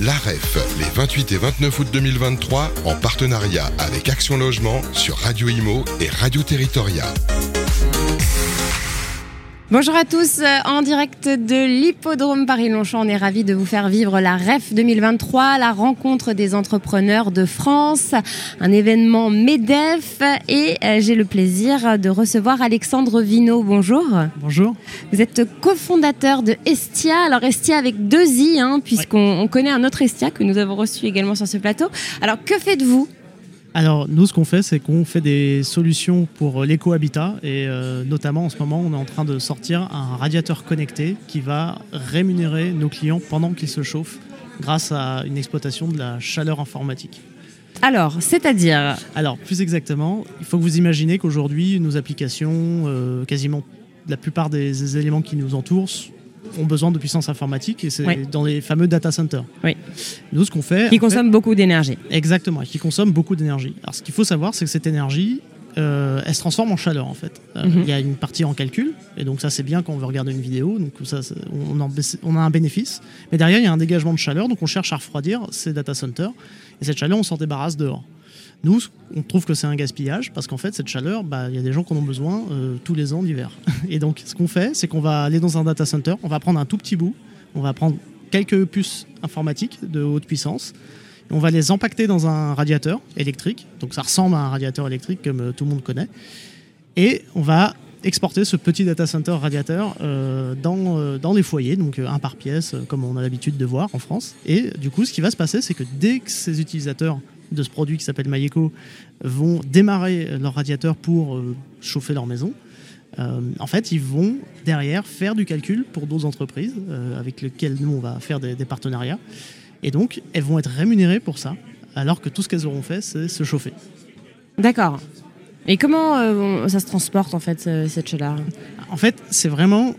La REF, les 28 et 29 août 2023, en partenariat avec Action Logement sur Radio Imo et Radio Territoria. Bonjour à tous, en direct de l'hippodrome Paris-Longchamp, on est ravis de vous faire vivre la REF 2023, la rencontre des entrepreneurs de France, un événement MEDEF, et j'ai le plaisir de recevoir Alexandre Vinault. Bonjour. Bonjour. Vous êtes cofondateur de Estia, alors Estia avec 2 I, puisqu'on connaît un autre Estia que nous avons reçu également sur ce plateau. Alors que faites-vous ? Alors nous, ce qu'on fait, c'est qu'on fait des solutions pour l'éco-habitat et notamment en ce moment, on est en train de sortir un radiateur connecté qui va rémunérer nos clients pendant qu'ils se chauffent grâce à une exploitation de la chaleur informatique. Alors, c'est-à-dire ? Alors, plus exactement, il faut que vous imaginez qu'aujourd'hui, nos applications, quasiment la plupart des éléments qui nous entourent ont besoin de puissance informatique et c'est dans les fameux data centers. Oui. Nous, ce qu'on fait... Qui consomment beaucoup d'énergie. Exactement, et qui consomment beaucoup d'énergie. Alors, ce qu'il faut savoir, c'est que cette énergie, elle se transforme en chaleur, en fait. Il y a une partie en calcul, et donc ça, c'est bien quand on veut regarder une vidéo, donc ça, on a un bénéfice. Mais derrière, il y a un dégagement de chaleur, donc on cherche à refroidir ces data centers, et cette chaleur, on s'en débarrasse dehors. Nous, on trouve que c'est un gaspillage parce qu'en fait, cette chaleur, il y a des gens qui en ont besoin tous les ans l'hiver. Et donc, ce qu'on fait, c'est qu'on va aller dans un data center, on va prendre un tout petit bout, on va prendre quelques puces informatiques de haute puissance, et on va les empaqueter dans un radiateur électrique. Donc, ça ressemble à un radiateur électrique comme tout le monde connaît. Et on va exporter ce petit data center radiateur dans les foyers, donc un par pièce, comme on a l'habitude de voir en France. Et du coup, ce qui va se passer, c'est que dès que ces utilisateurs de ce produit qui s'appelle MyEco vont démarrer leur radiateur pour chauffer leur maison, en fait, ils vont derrière faire du calcul pour d'autres entreprises avec lesquelles nous, on va faire des partenariats. Et donc, elles vont être rémunérées pour ça, alors que tout ce qu'elles auront fait, c'est se chauffer. D'accord. Et comment ça se transporte, en fait, cette chaleur ? En fait, c'est vraiment,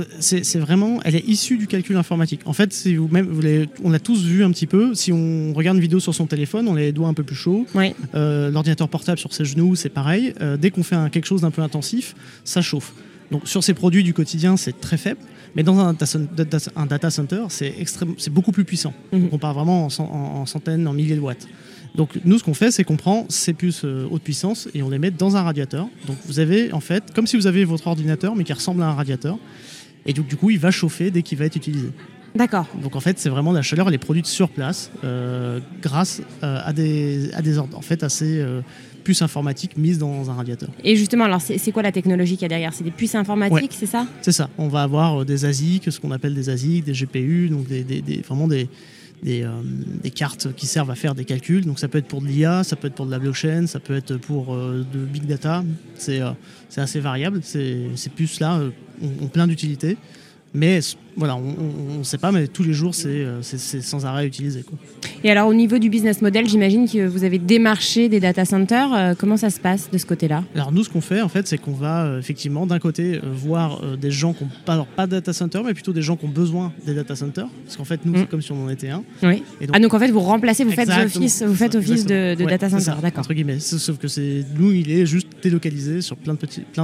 elle est issue du calcul informatique. En fait, si on l'a tous vu un petit peu. Si on regarde une vidéo sur son téléphone, on a les doigts un peu plus chauds. Oui. L'ordinateur portable sur ses genoux, c'est pareil. Dès qu'on fait quelque chose d'un peu intensif, ça chauffe. Donc, sur ces produits du quotidien, c'est très faible. Mais dans un data center, c'est beaucoup plus puissant. Donc, on part vraiment en centaines, en milliers de watts. Donc nous, ce qu'on fait, c'est qu'on prend ces puces haute puissance et on les met dans un radiateur. Donc vous avez en fait, comme si vous avez votre ordinateur, mais qui ressemble à un radiateur. Et donc du coup, il va chauffer dès qu'il va être utilisé. D'accord. Donc en fait, c'est vraiment la chaleur, elle est produite sur place grâce à ces puces informatiques mises dans un radiateur. Et justement, alors c'est quoi la technologie qu'il y a derrière ? C'est des puces informatiques, c'est ça ? C'est ça. On va avoir des ASIC, ce qu'on appelle des ASIC, des GPU, donc vraiment des cartes qui servent à faire des calculs. Donc ça peut être pour de l'IA, ça peut être pour de la blockchain, ça peut être pour de big data. C'est assez variable. Ces puces-là ont plein d'utilités. Mais voilà, on ne sait pas, mais tous les jours, c'est sans arrêt utilisé, quoi. Et alors, au niveau du business model, j'imagine que vous avez démarché des data centers. Comment ça se passe de ce côté-là ? Alors nous, ce qu'on fait, en fait, c'est qu'on va effectivement, d'un côté, voir des gens qui n'ont pas de data center, mais plutôt des gens qui ont besoin des data centers. Parce qu'en fait, nous, c'est comme si on en était un. Oui. Et donc en fait, vous remplacez, vous faites office de data center, ça, d'accord. Entre guillemets. Sauf que nous, il est juste délocalisé sur plein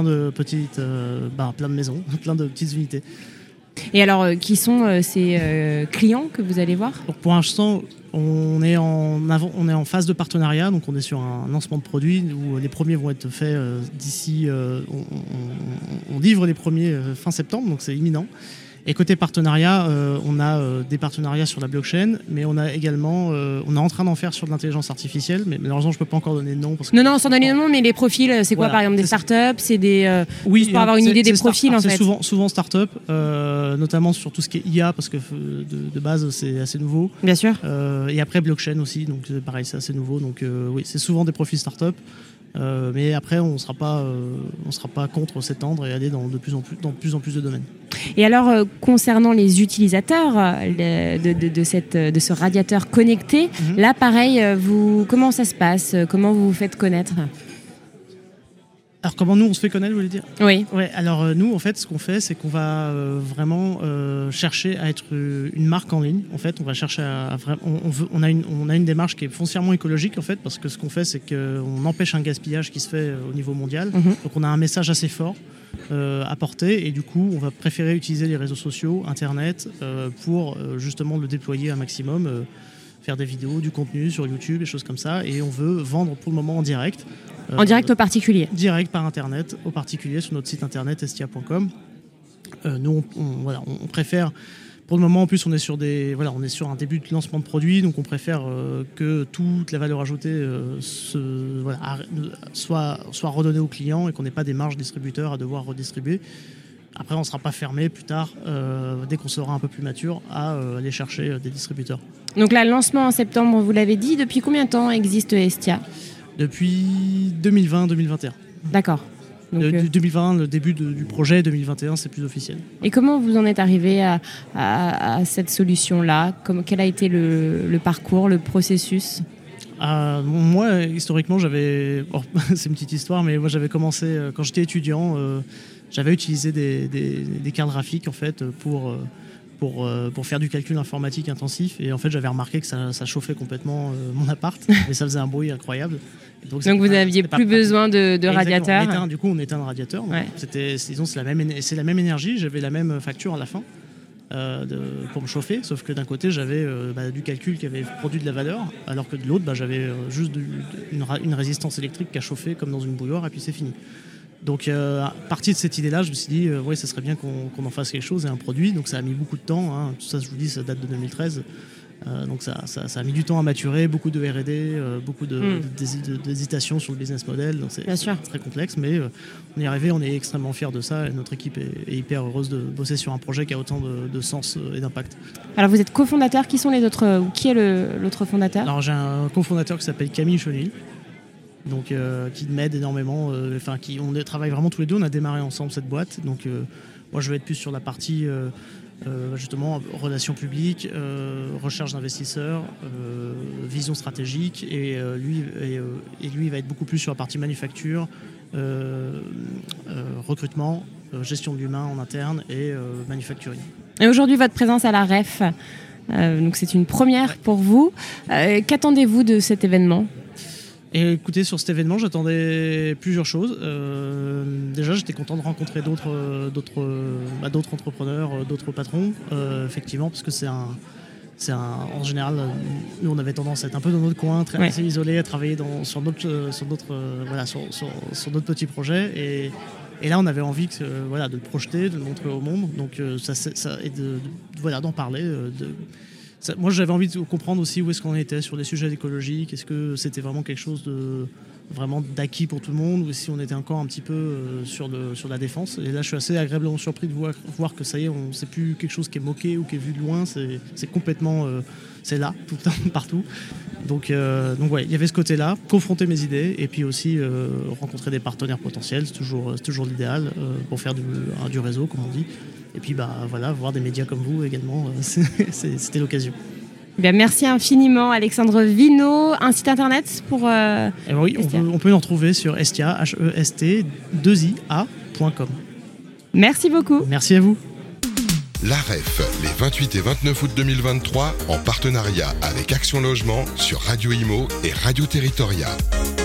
de maisons, plein de petites unités. Et alors, qui sont ces clients que vous allez voir ? Donc pour l'instant, on est en phase de partenariat, donc on est sur un lancement de produit où les premiers vont être faits d'ici. On livre les premiers fin septembre, donc c'est imminent. Et côté partenariat, on a des partenariats sur la blockchain, mais on a également, on est en train d'en faire sur de l'intelligence artificielle, mais malheureusement, je ne peux pas encore donner de nom. Non, sans donner de nom, mais les profils, c'est quoi, par exemple, des startups ? C'est des. Oui, juste pour avoir une idée des profils, en fait. C'est souvent start-up, notamment sur tout ce qui est IA, parce que de base, c'est assez nouveau. Bien sûr. Et après, blockchain aussi, donc pareil, c'est assez nouveau. Donc oui, c'est souvent des profils start-up. Mais après, on ne sera pas contre s'étendre et aller dans de plus en plus de domaines. Et alors, concernant les utilisateurs de ce radiateur connecté, là, pareil, comment ça se passe ? Comment vous vous faites connaître ? Alors comment nous on se fait connaître, vous voulez dire ? Oui. Ouais, alors nous en fait ce qu'on fait c'est qu'on va vraiment chercher à être une marque en ligne. En fait on va chercher on a une démarche qui est foncièrement écologique en fait, parce que ce qu'on fait c'est qu'on empêche un gaspillage qui se fait au niveau mondial. Donc on a un message assez fort à porter, et du coup on va préférer utiliser les réseaux sociaux, internet pour justement le déployer un maximum, faire des vidéos, du contenu sur YouTube, des choses comme ça, et on veut vendre pour le moment en direct. En direct au particulier. Direct par internet, au particulier, sur notre site internet estia.com. Nous, on préfère, pour le moment, en plus, on est sur un début de lancement de produit, donc on préfère que toute la valeur ajoutée soit redonnée aux clients et qu'on n'ait pas des marges distributeurs à devoir redistribuer. Après, on ne sera pas fermé plus tard, dès qu'on sera un peu plus mature, à aller chercher des distributeurs. Donc là, lancement en septembre, vous l'avez dit. Depuis combien de temps existe Estia ? Depuis 2020-2021. D'accord. Donc, 2020, le début du projet, 2021, c'est plus officiel. Et comment vous en êtes arrivé à cette solution-là ? Quel a été le parcours, le processus ? Moi, historiquement, c'est une petite histoire, mais moi j'avais commencé, quand j'étais étudiant, j'avais utilisé des cartes graphiques en fait, pour faire du calcul informatique intensif, et en fait j'avais remarqué que ça chauffait complètement mon appart, et ça faisait un bruit incroyable. Donc vous n'aviez plus besoin de radiateur. Du coup on éteint le radiateur, donc c'est la même énergie, j'avais la même facture à la fin pour me chauffer, sauf que d'un côté j'avais du calcul qui avait produit de la valeur, alors que de l'autre j'avais juste une résistance électrique qui a chauffé comme dans une bouilloire, et puis c'est fini. Donc à partir de cette idée-là, je me suis dit ça serait bien qu'on en fasse quelque chose, et un produit. Donc ça a mis beaucoup de temps, hein. Tout ça, je vous dis, ça date de 2013. Donc ça a mis du temps à maturer, beaucoup de R&D, beaucoup d'hésitation sur le business model. Donc c'est très complexe, mais on y est arrivé, on est extrêmement fiers de ça, et notre équipe est hyper heureuse de bosser sur un projet qui a autant de sens et d'impact. Alors vous êtes cofondateur, qui sont les autres, ou qui est l'autre fondateur ? Alors j'ai un cofondateur qui s'appelle Camille Chenil, donc qui m'aide énormément, on travaille vraiment tous les deux, on a démarré ensemble cette boîte, donc moi je vais être plus sur la partie justement relations publiques, recherche d'investisseurs, vision stratégique, et lui va être beaucoup plus sur la partie manufacture, recrutement, gestion de l'humain en interne, et manufacturing. Et aujourd'hui votre présence à la REF, donc c'est une première pour vous, qu'attendez-vous de cet événement ? Et écoutez, sur cet événement, j'attendais plusieurs choses. Déjà, j'étais content de rencontrer d'autres entrepreneurs, d'autres patrons, effectivement, parce que en général, nous, on avait tendance à être un peu dans notre coin, assez isolés, à travailler sur d'autres petits projets. Et là, on avait envie de le projeter, de le montrer au monde. Donc, d'en parler. Moi, j'avais envie de comprendre aussi où est-ce qu'on était sur les sujets écologiques. Est-ce que c'était vraiment quelque chose vraiment d'acquis pour tout le monde, ou si on était encore un petit peu sur la défense. Et là, je suis assez agréablement surpris de voir que ça y est, c'est plus quelque chose qui est moqué ou qui est vu de loin. C'est complètement... c'est là, tout le temps, partout. Donc il y avait ce côté-là, confronter mes idées, et puis aussi rencontrer des partenaires potentiels. C'est toujours l'idéal pour faire du réseau, comme on dit. Et puis voir des médias comme vous également, c'était l'occasion. Bien, merci infiniment Alexandre Vinaud. Un site internet pour oui, on peut nous retrouver sur Estia, HEST2IA.com. Merci beaucoup. Merci à vous. La REF, les 28 et 29 août 2023, en partenariat avec Action Logement sur Radio Imo et Radio Territoria.